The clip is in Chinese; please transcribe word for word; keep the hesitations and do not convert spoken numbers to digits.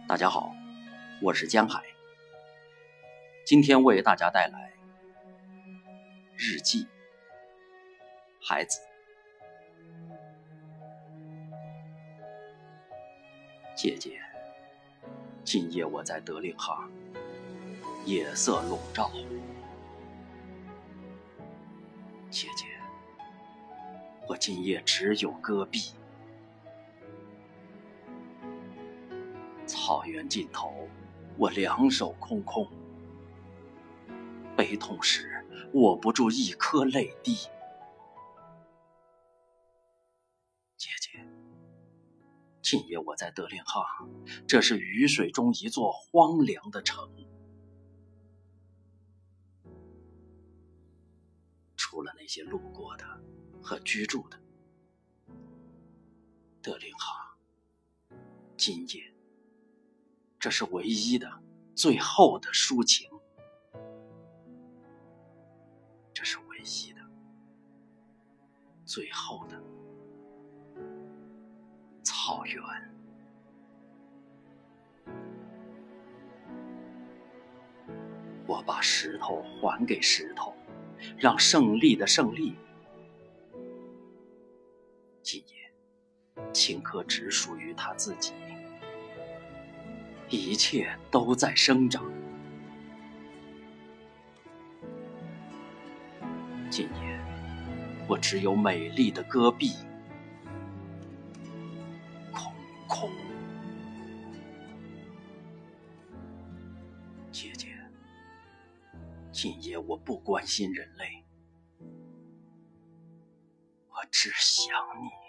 大家好，我是江海，今天为大家带来日记。孩子，姐姐，今夜我在德令哈，夜色笼罩。姐姐，我今夜只有戈壁。草原尽头，我两手空空，悲痛时握不住一颗泪滴。姐姐，今夜我在德令哈，这是雨水中一座荒凉的城，除了那些路过的和居住的，德令哈，今夜这是唯一的最后的抒情，这是唯一的最后的草原。我把石头还给石头，让胜利的胜利。今夜青稞只属于他自己，一切都在生长。今夜我只有美丽的戈壁，空空。姐姐，今夜我不关心人类，我只想你。